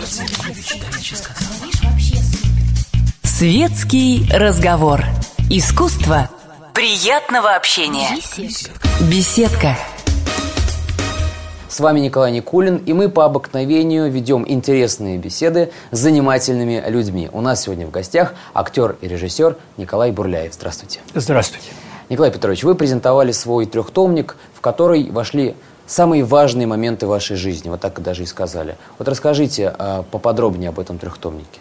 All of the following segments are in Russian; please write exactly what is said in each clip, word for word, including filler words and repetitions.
Светский разговор. Искусство приятного общения. Беседка. С вами Николай Никулин, и мы по обыкновению ведем интересные беседы с занимательными людьми. У нас сегодня в гостях актер и режиссер Николай Бурляев. Здравствуйте. Здравствуйте. Николай Петрович, вы презентовали свой трехтомник, в который вошли самые важные моменты вашей жизни. Вот так даже и сказали. Вот расскажите а, поподробнее об этом трехтомнике.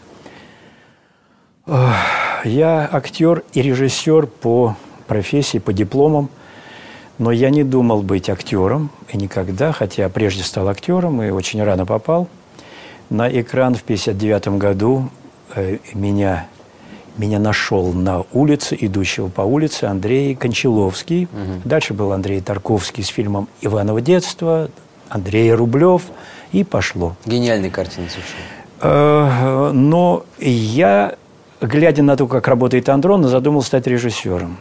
Я актер и режиссер по профессии, по дипломам. Но я не думал быть актером, и никогда, хотя прежде стал актером и очень рано попал. На экран в тысяча девятьсот пятьдесят девятом году э, меня, меня нашел на улице, идущего по улице, Андрей Кончаловский. Угу. Дальше был Андрей Тарковский с фильмом «Иваново детство», Андрей Рублев, и пошло. Гениальные картины совершенно. Э, но я, глядя на то, как работает Андрон, задумал стать режиссером.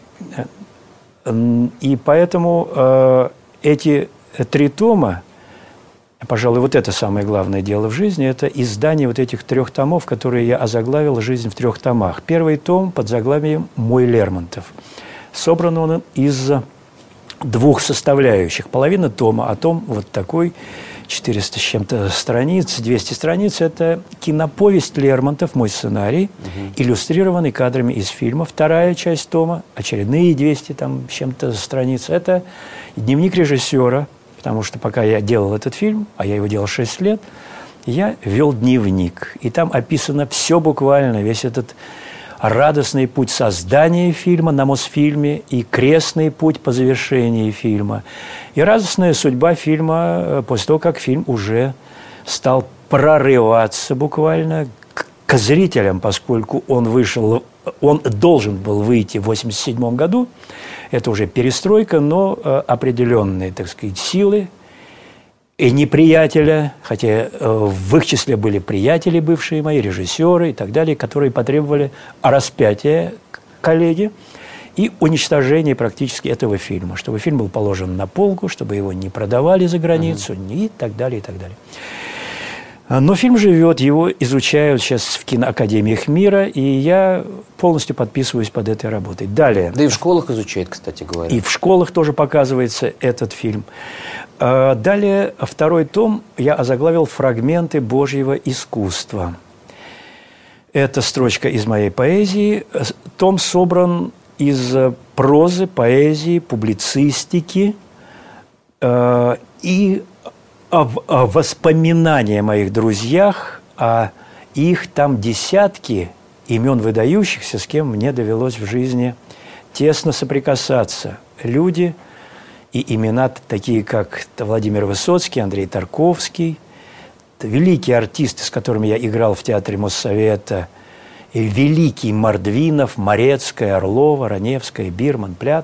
И поэтому э, эти три тома, пожалуй, вот это самое главное дело в жизни, это издание вот этих трех томов, которые я озаглавил «Жизнь в трех томах». Первый том под заглавием «Мой Лермонтов». Собран он из двух составляющих. Половина тома, а том вот такой, четыреста с чем-то страниц, двести страниц, это киноповесть Лермонтов, мой сценарий, угу. иллюстрированный кадрами из фильма. Вторая часть тома, очередные двести там с чем-то страниц, это дневник режиссера, потому что пока я делал этот фильм, а я его делал шесть лет, я вел дневник. И там описано все буквально, весь этот радостный путь создания фильма на Мосфильме и крестный путь по завершении фильма. И радостная судьба фильма после того, как фильм уже стал прорываться буквально к, к зрителям, поскольку он вышел, он должен был выйти в восемьдесят седьмом году. Это уже перестройка, но э, определенные, так сказать, силы и неприятеля, хотя э, в их числе были приятели бывшие мои, режиссеры и так далее, которые потребовали распятия коллеги и уничтожения практически этого фильма, чтобы фильм был положен на полку, чтобы его не продавали за границу, uh-huh. и так далее, и так далее. Но фильм живет, его изучают сейчас в киноакадемиях мира, и я полностью подписываюсь под этой работой. Далее. Да и в школах изучают, кстати говоря. И в школах тоже показывается этот фильм. Далее, второй том я озаглавил «Фрагменты Божьего искусства». Это строчка из моей поэзии. Том собран из прозы, поэзии, публицистики и воспоминания о моих друзьях, а их там десятки имен выдающихся, с кем мне довелось в жизни тесно соприкасаться. Люди и имена такие, как Владимир Высоцкий, Андрей Тарковский, великие артисты, с которыми я играл в Театре Моссовета, и великий Мордвинов, Морецкая, Орлова, Раневская, Бирман, Плят.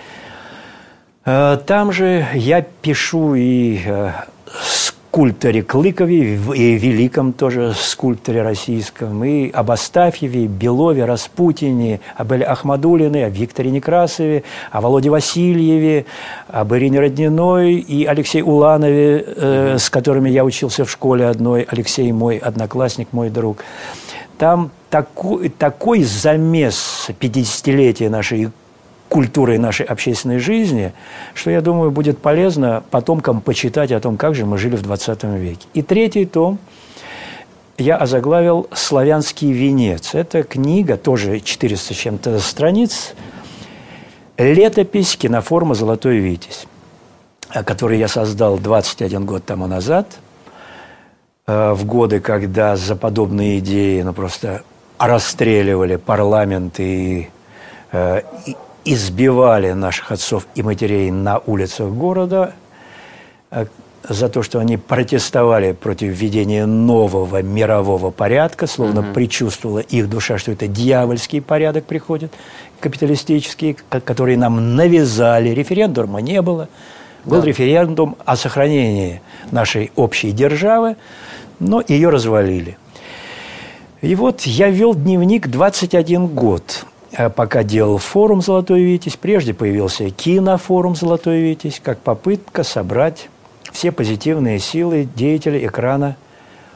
Там же я пишу и скульпторе Клыкове, и великом тоже скульпторе российском, и об Астафьеве, Белове, Распутине, об Эль Ахмадулине, о Викторе Некрасове, о Володе Васильеве, об Ирине Родниной и Алексее Уланове, э, с которыми я учился в школе одной. Алексей мой одноклассник, мой друг. Там такой, такой замес пятидесятилетия нашей культурой нашей общественной жизни, что, я думаю, будет полезно потомкам почитать о том, как же мы жили в двадцатом веке. И третий том я озаглавил «Славянский венец». Это книга, тоже четыреста с чем-то страниц, летопись киноформа «Золотой Витязь», которую я создал двадцать один год тому назад, в годы, когда за подобные идеи ну, просто расстреливали парламент и, и избивали наших отцов и матерей на улицах города за то, что они протестовали против введения нового мирового порядка, словно mm-hmm. предчувствовала их душа, что это дьявольский порядок приходит, капиталистический, который нам навязали. Референдума не было. Был да. референдум о сохранении нашей общей державы, но ее развалили. И вот я вел дневник двадцать один год. Пока делал форум «Золотой Витязь», прежде появился кинофорум «Золотой Витязь», как попытка собрать все позитивные силы деятелей экрана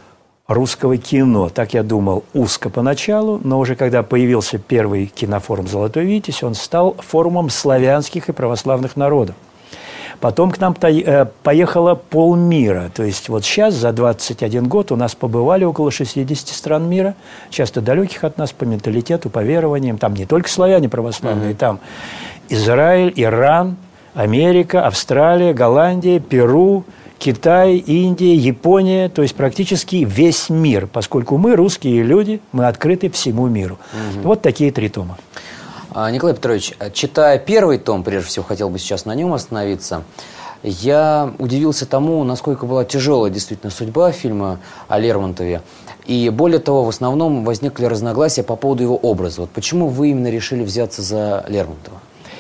русского кино. Так я думал узко поначалу, но уже когда появился первый кинофорум «Золотой Витязь», он стал форумом славянских и православных народов. Потом к нам поехало полмира. То есть вот сейчас за двадцать один год у нас побывали около шестидесяти стран мира, часто далеких от нас по менталитету, по верованиям. Там не только славяне православные, mm-hmm. там Израиль, Иран, Америка, Австралия, Голландия, Перу, Китай, Индия, Япония, то есть практически весь мир, поскольку мы, русские люди, мы открыты всему миру. Угу. Вот такие три тома. Николай Петрович, читая первый том, прежде всего хотел бы сейчас на нем остановиться, я удивился тому, насколько была тяжелая действительно судьба фильма о Лермонтове. И более того, в основном возникли разногласия по поводу его образа. Вот почему вы именно решили взяться за Лермонтова?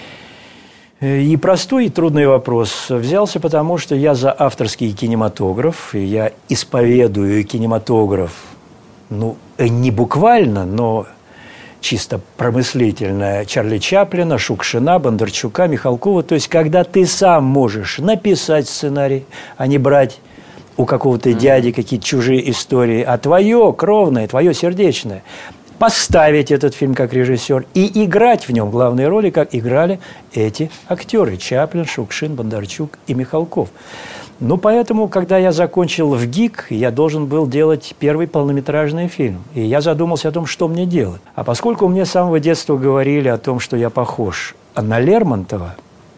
И простой, и трудный вопрос. Взялся, потому что я за авторский кинематограф, и я исповедую кинематограф, ну, не буквально, но чисто промыслительно Чарли Чаплина, Шукшина, Бондарчука, Михалкова. То есть, когда ты сам можешь написать сценарий, а не брать у какого-то mm-hmm. дяди какие-то чужие истории, а твое кровное, твое сердечное – поставить этот фильм как режиссер и играть в нем главные роли, как играли эти актеры – Чаплин, Шукшин, Бондарчук и Михалков. Ну, поэтому, когда я закончил в ГИК, я должен был делать первый полнометражный фильм. И я задумался о том, что мне делать. А поскольку мне с самого детства говорили о том, что я похож на Лермонтова,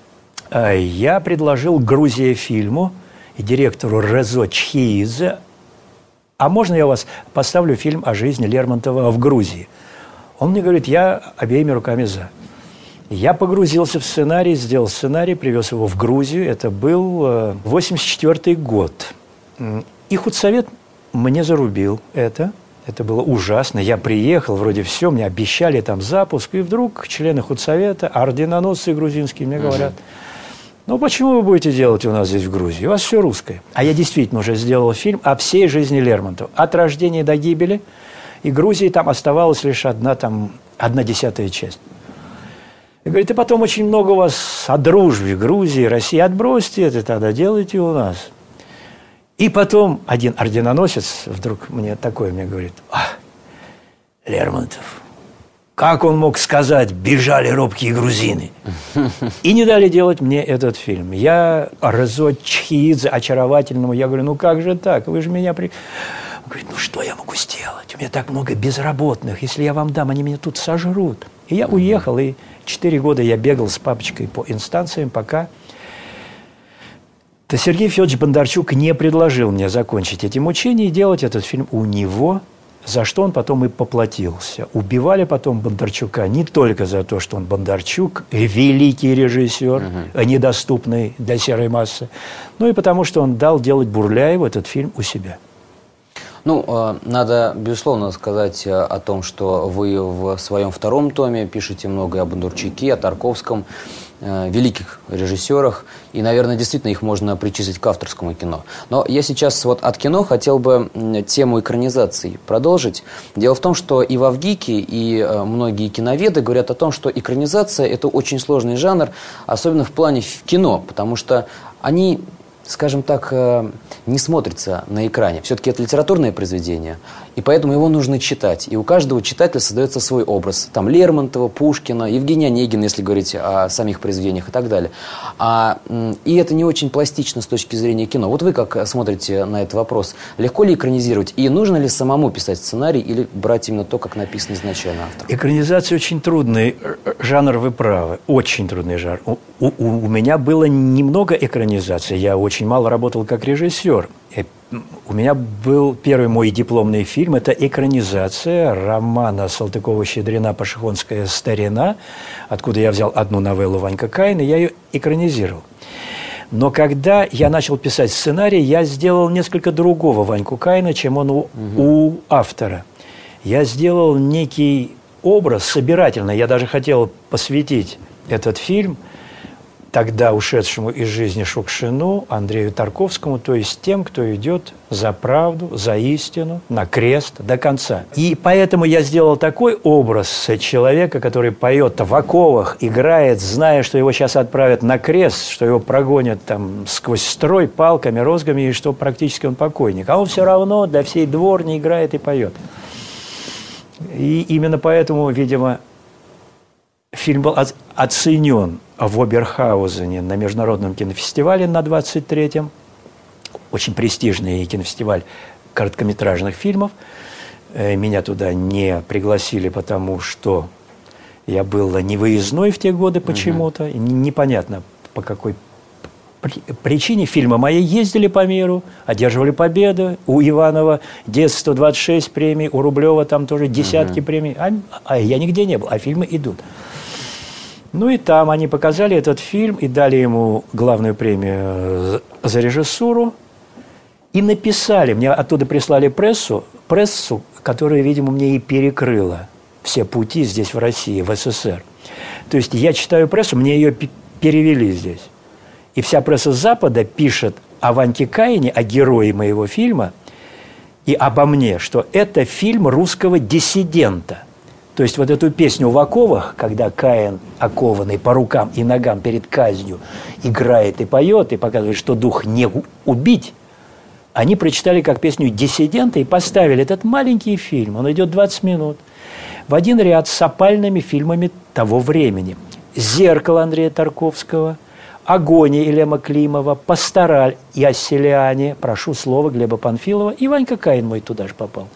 я предложил Грузия фильму и директору Резо Чхиидзе: а можно я у вас поставлю фильм о жизни Лермонтова в Грузии? Он мне говорит: я обеими руками за. Я погрузился в сценарий, сделал сценарий, привез его в Грузию. Это был восемьдесят четвёртый год. И худсовет мне зарубил это. Это было ужасно. Я приехал, вроде все, мне обещали там запуск. И вдруг члены худсовета, орденоносцы грузинские, мне говорят: ну, почему вы будете делать у нас здесь в Грузии? У вас все русское. А я действительно уже сделал фильм о всей жизни Лермонтова. От рождения до гибели. И Грузии там оставалась лишь одна, там, одна десятая часть. И говорит: и потом очень много у вас о дружбе Грузии, России. Отбросьте это тогда, делайте у нас. И потом один орденоносец вдруг мне такое мне говорит: а, Лермонтов, как он мог сказать «бежали робкие грузины»? И не дали делать мне этот фильм. Я Резо Чхиидзе, очаровательному, я говорю: ну как же так? Вы же меня... При... Он говорит: ну что я могу сделать? У меня так много безработных. Если я вам дам, они меня тут сожрут. И я уехал, и четыре года я бегал с папочкой по инстанциям, пока... То Сергей Федорович Бондарчук не предложил мне закончить эти мучения и делать этот фильм у него, за что он потом и поплатился. Убивали потом Бондарчука не только за то, что он Бондарчук, великий режиссер, угу. недоступный для серой массы, но и потому, что он дал делать Бурляеву этот фильм у себя. Ну, надо, безусловно, сказать о том, что вы в своем втором томе пишете многое о Бондарчуке, о Тарковском, великих режиссерах, и, наверное, действительно их можно причислить к авторскому кино. Но я сейчас вот от кино хотел бы тему экранизации продолжить. Дело в том, что и в Авгике, и многие киноведы говорят о том, что экранизация – это очень сложный жанр, особенно в плане кино, потому что они, скажем так, не смотрится на экране. Все-таки это литературное произведение, и поэтому его нужно читать. И у каждого читателя создается свой образ. Там Лермонтова, Пушкина, Евгения Онегина, если говорить о самих произведениях и так далее. А, и это не очень пластично с точки зрения кино. Вот вы как смотрите на этот вопрос? Легко ли экранизировать? И нужно ли самому писать сценарий или брать именно то, как написано изначально автором? Экранизация очень трудный жанр, вы правы. Очень трудный жанр. У, у, у меня было немного экранизаций. Я очень мало работал как режиссер. У меня был первый мой дипломный фильм. Это экранизация романа Салтыкова-Щедрина «Пашихонская старина», откуда я взял одну новеллу Ванька Каина, и я ее экранизировал. Но когда я начал писать сценарий, я сделал несколько другого Ваньку Каина, чем он у, угу. у автора. Я сделал некий образ собирательный. Я даже хотел посвятить этот фильм тогда ушедшему из жизни Шукшину, Андрею Тарковскому, то есть тем, кто идет за правду, за истину, на крест до конца. И поэтому я сделал такой образ человека, который поет в оковах, играет, зная, что его сейчас отправят на крест, что его прогонят там сквозь строй палками, розгами, и что практически он покойник. А он все равно для всей дворни играет и поет. И именно поэтому, видимо, фильм был оценен в Оберхаузене на международном кинофестивале на двадцать третьем. Очень престижный кинофестиваль короткометражных фильмов. Меня туда не пригласили, потому что я был невыездной в те годы почему-то. Угу. Непонятно, по какой причине. Фильмы мои ездили по миру, одерживали победы. У Иванова «Детство двадцать шесть» премий, у Рублева там тоже десятки угу. премий. А, а я нигде не был, а фильмы идут. Ну и там они показали этот фильм и дали ему главную премию за режиссуру. И написали, мне оттуда прислали прессу, прессу, которая, видимо, мне и перекрыла все пути здесь, в России, в СССР. То есть я читаю прессу, мне ее перевели здесь. И вся пресса Запада пишет о Ваньке Каине, о герое моего фильма, и обо мне, что это фильм русского диссидента. То есть вот эту песню в оковах, когда Каин, окованный по рукам и ногам перед казнью, играет и поет, и показывает, что дух не убить, они прочитали как песню диссидента и поставили этот маленький фильм. Он идет двадцать минут. В один ряд с опальными фильмами того времени. «Зеркало» Андрея Тарковского, «Агония» Елема Климова, «Пастораль» и «Асселиане», прошу слова, Глеба Панфилова, и Ванька Каин мой туда же попал.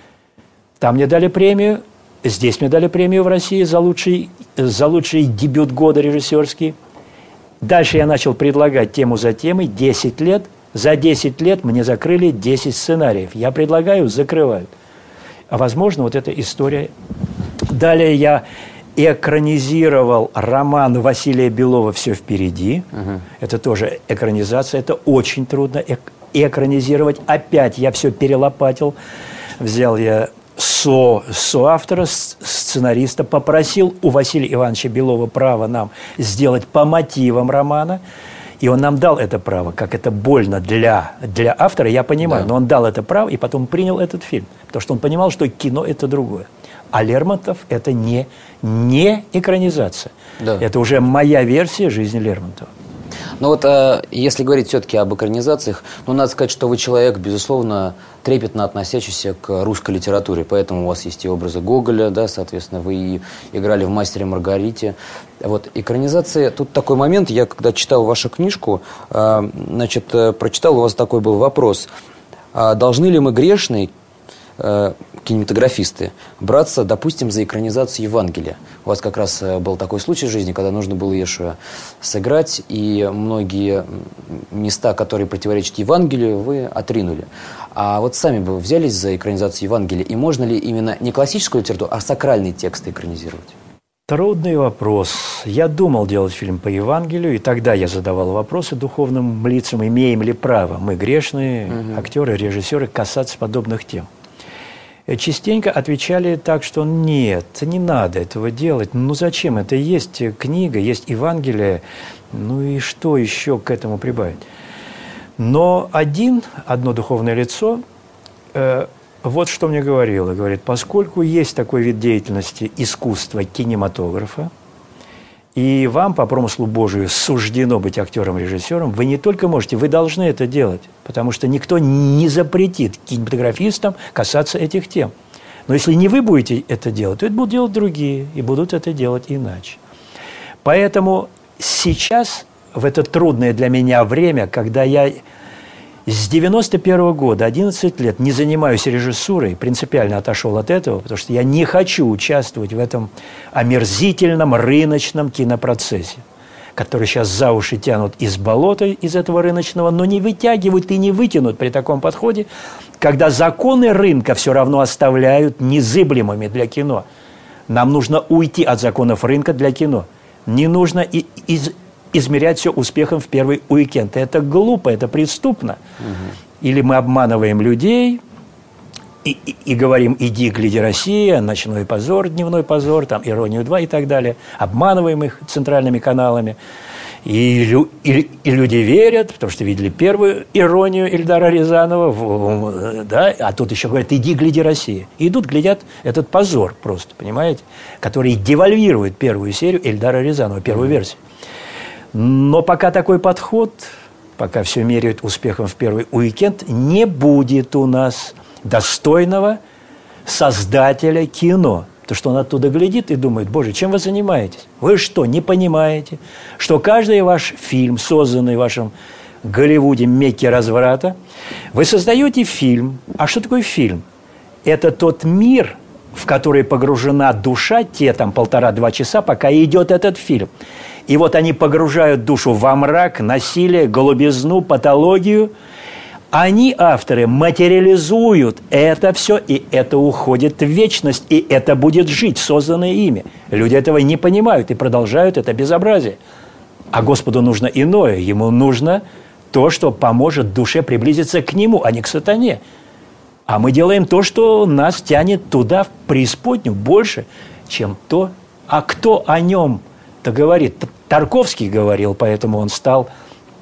Там мне дали премию. Здесь мне дали премию в России за лучший, за лучший дебют года режиссерский. Дальше я начал предлагать тему за темой. десять лет. За десять лет мне закрыли десять сценариев. Я предлагаю, закрывают. А возможно, вот эта история. Далее я экранизировал роман Василия Белова «Все впереди». Угу. Это тоже экранизация. Это очень трудно экранизировать. Опять я все перелопатил. Взял я со, соавтора, сценариста, попросил у Василия Ивановича Белова право нам сделать по мотивам романа. И он нам дал это право, как это больно для, для автора, я понимаю, да. Но он дал это право и потом принял этот фильм. Потому что он понимал, что кино – это другое. А Лермонтов – это не, не экранизация. Да. Это уже моя версия жизни Лермонтова. Ну вот, а, если говорить все-таки об экранизациях, ну, надо сказать, что вы человек, безусловно, трепетно относящийся к русской литературе, поэтому у вас есть и образы Гоголя, да, соответственно, вы и играли в «Мастере и Маргарите». Вот, экранизация, тут такой момент, я когда читал вашу книжку, а, значит, прочитал, у вас такой был вопрос, а должны ли мы, грешные, кинематографисты, браться, допустим, за экранизацию Евангелия. У вас как раз был такой случай в жизни, когда нужно было Иешуа сыграть, и многие места, которые противоречат Евангелию, вы отринули. А вот сами бы вы взялись за экранизацию Евангелия, и можно ли именно не классическую литературу, а сакральные тексты экранизировать? Трудный вопрос. Я думал делать фильм по Евангелию, и тогда я задавал вопросы духовным лицам, имеем ли право мы, грешные, угу. актеры, режиссеры, касаться подобных тем. Частенько отвечали так, что нет, не надо этого делать. Ну зачем? Это есть книга, есть Евангелие. Ну и что еще к этому прибавить? Но один, одно духовное лицо, э, вот что мне говорило. Говорит, поскольку есть такой вид деятельности искусства кинематографа, и вам по промыслу Божию суждено быть актером-режиссером, вы не только можете, вы должны это делать, потому что никто не запретит кинематографистам касаться этих тем. Но если не вы будете это делать, то это будут делать другие, и будут это делать иначе. Поэтому сейчас, в это трудное для меня время, когда я с девяносто первого года, одиннадцать лет, не занимаюсь режиссурой, принципиально отошел от этого, потому что я не хочу участвовать в этом омерзительном рыночном кинопроцессе, который сейчас за уши тянут из болота, из этого рыночного, но не вытягивают и не вытянут при таком подходе, когда законы рынка все равно оставляют незыблемыми для кино. Нам нужно уйти от законов рынка для кино. Не нужно и из измерять все успехом в первый уикенд. Это глупо, это преступно. Угу. Или мы обманываем людей и, и, и говорим, иди, гляди, Россия, ночной позор, дневной позор, там, Иронию два и так далее. Обманываем их центральными каналами. И, лю, и, и люди верят, потому что видели первую иронию Эльдара Рязанова, в, да, а тут еще говорят, иди, гляди, Россия. И идут, глядят этот позор просто, понимаете, который девальвирует первую серию Эльдара Рязанова, первую mm-hmm. версию. Но пока такой подход, пока все меряют успехом в первый уикенд, не будет у нас достойного создателя кино. То, что он оттуда глядит и думает, боже, чем вы занимаетесь? Вы что, не понимаете, что каждый ваш фильм, созданный в вашем Голливуде, Мекке разврата, вы создаете фильм. А что такое фильм? Это тот мир, в который погружена душа, те там полтора-два часа, пока идет этот фильм. И вот они погружают душу во мрак, насилие, голубизну, патологию. Они, авторы, материализуют это все, и это уходит в вечность, и это будет жить, созданное ими. Люди этого не понимают и продолжают это безобразие. А Господу нужно иное. Ему нужно то, что поможет душе приблизиться к Нему, а не к сатане. А мы делаем то, что нас тянет туда, в преисподнюю, больше, чем то. А кто о нем-то говорит? Тарковский говорил, поэтому он стал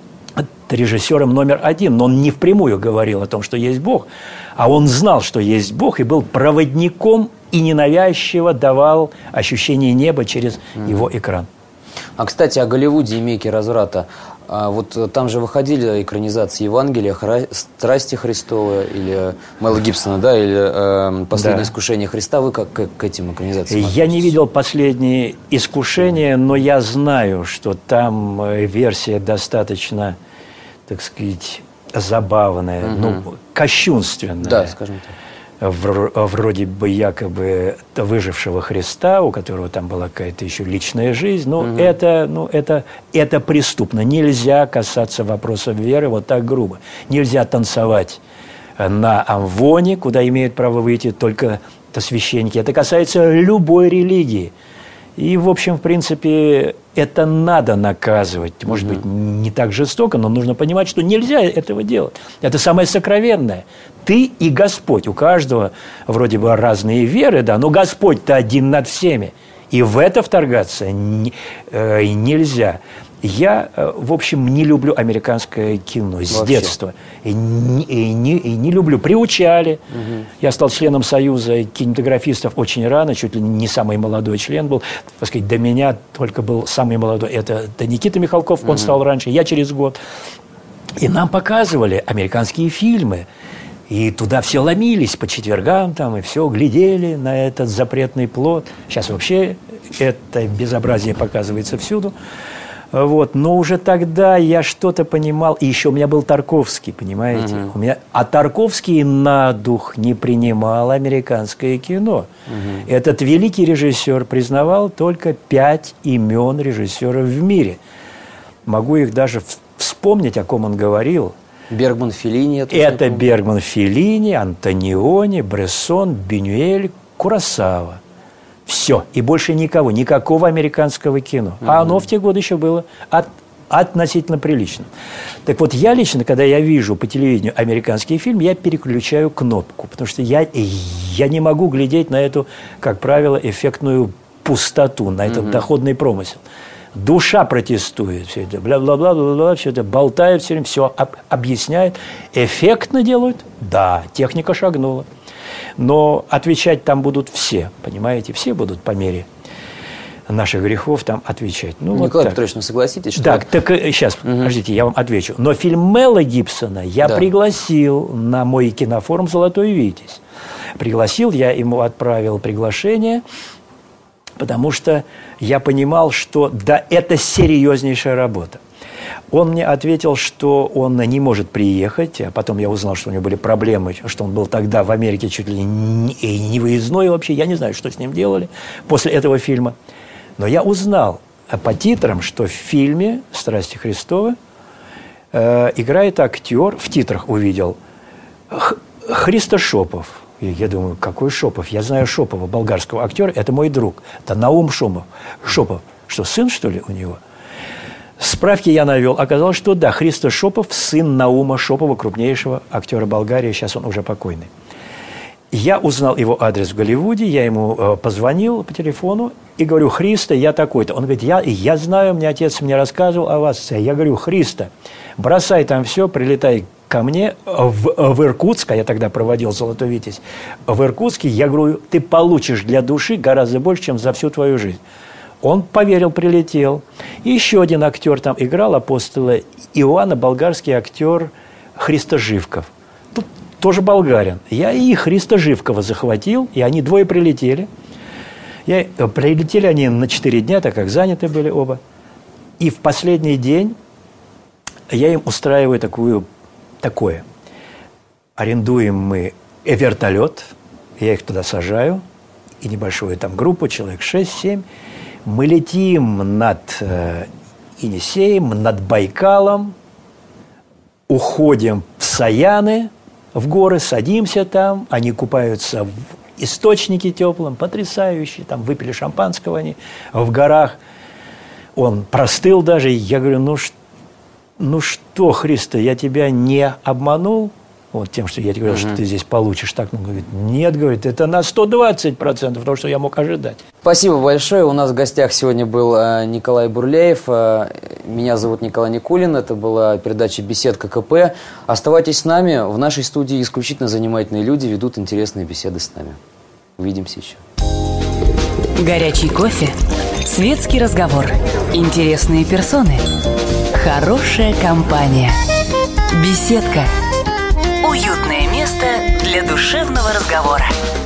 режиссером номер один, но он не впрямую говорил о том, что есть Бог, а он знал, что есть Бог, и был проводником и ненавязчиво давал ощущение неба через mm-hmm. его экран. А, кстати, о Голливуде и Мекке разврата. А вот там же выходили экранизации Евангелия, Хра... «Страсти Христовы» или Мэла Гибсона, да, или э, «Последнее да. искушение Христа». Вы как к, к этим экранизациям относитесь? Я не видел «Последнее искушение», но я знаю, что там версия достаточно, так сказать, забавная, угу. ну, кощунственная. Да, скажем так. Вроде бы якобы выжившего Христа, у которого там была какая-то еще личная жизнь. Но угу. это, ну, это, это преступно. Нельзя касаться вопросов веры вот так грубо. Нельзя танцевать на амвоне, куда имеют право выйти только священники. Это касается любой религии. И, в общем, в принципе, это надо наказывать. Может угу. быть, не так жестоко, но нужно понимать, что нельзя этого делать. Это самое сокровенное. Ты и Господь. У каждого вроде бы разные веры, да, но Господь-то один над всеми. И в это вторгаться не, э, нельзя. Я, э, в общем, не люблю американское кино с Вообще. детства. И не, и, не, и не люблю. Приучали. Угу. Я стал членом Союза кинематографистов очень рано, чуть ли не самый молодой член был. Так сказать, до меня только был самый молодой. Это, это Никита Михалков, он угу. стал раньше, я через год. И нам показывали американские фильмы. И туда все ломились по четвергам там, и все глядели на этот запретный плод. Сейчас вообще это безобразие показывается всюду. Вот. Но уже тогда я что-то понимал. И еще у меня был Тарковский, понимаете? Uh-huh. У меня... А Тарковский на дух не принимал американское кино. Uh-huh. Этот великий режиссер признавал только пять имен режиссеров в мире. Могу их даже вспомнить, о ком он говорил. Бергман, Феллини. Это, это Бергман, Феллини, Антониони, Брессон, Бюнюэль, Куросава. Все. И больше никого. Никакого американского кино. Mm-hmm. А оно в те годы еще было от, относительно прилично. Так вот, я лично, когда я вижу по телевидению американский фильм, я переключаю кнопку. Потому что я, я не могу глядеть на эту, как правило, эффектную пустоту, на этот mm-hmm. доходный промысел. Душа протестует, все это, бла-бла-бла-бла-бла, все это болтает все время, все об, объясняет. Эффектно делают? Да, техника шагнула. Но отвечать там будут все, понимаете? Все будут по мере наших грехов там отвечать. Ну, Николай вот Петрович, ну согласитесь, что... Так, так сейчас, угу. подождите, я вам отвечу. Но фильм Мэла Гибсона я да. пригласил на мой кинофорум «Золотой Витязь». Пригласил, я ему отправил приглашение... Потому что я понимал, что да, это серьезнейшая работа. Он мне ответил, что он не может приехать, а потом я узнал, что у него были проблемы, что он был тогда в Америке чуть ли не, не выездной вообще. Я не знаю, что с ним делали после этого фильма. Но я узнал по титрам, что в фильме «Страсти Христовы» э, играет актер, в титрах увидел, Х- Христо Шопов. И я думаю, какой Шопов? Я знаю Шопова, болгарского актера, это мой друг. Это Наум Шумов. Шопов. Что, сын, что ли, у него? Справки я навел. Оказалось, что да, Христо Шопов, сын Наума Шопова, крупнейшего актера Болгарии. Сейчас он уже покойный. Я узнал его адрес в Голливуде, я ему э, позвонил по телефону и говорю: Христо, я такой-то. Он говорит: я, я знаю, мне отец мне рассказывал о вас. Я говорю: Христо, бросай там все, прилетай ко мне в, в Иркутск, а я тогда проводил «Золотой Витязь» в Иркутске. Я говорю: ты получишь для души гораздо больше, чем за всю твою жизнь. Он поверил, прилетел. И еще один актер там играл, апостола Иоанна, болгарский актер Христо Живков. Тут тоже болгарин. Я и Христо Живкова захватил, и они двое прилетели. Я, прилетели они на четыре дня, так как заняты были оба. И в последний день я им устраиваю такую, такое. Арендуем мы вертолет, я их туда сажаю, и небольшую там группу, человек шесть-семь. Мы летим над э, Енисеем, над Байкалом, уходим в Саяны, в горы, садимся там, они купаются в источнике теплом, потрясающие, там выпили шампанского они в горах. Он простыл даже, я говорю: ну, ну что, Христо, я тебя не обманул? Вот тем, что я тебе говорил, uh-huh. что ты здесь получишь так. Он говорит: нет, говорит, это на сто двадцать процентов того, что я мог ожидать. Спасибо большое. У нас в гостях сегодня был э, Николай Бурляев. Э, меня зовут Николай Никулин. Это была передача «Беседка КП». Оставайтесь с нами. В нашей студии исключительно занимательные люди ведут интересные беседы с нами. Увидимся еще. Горячий кофе, светский разговор, интересные персоны, хорошая компания. Беседка. Уютное место для душевного разговора.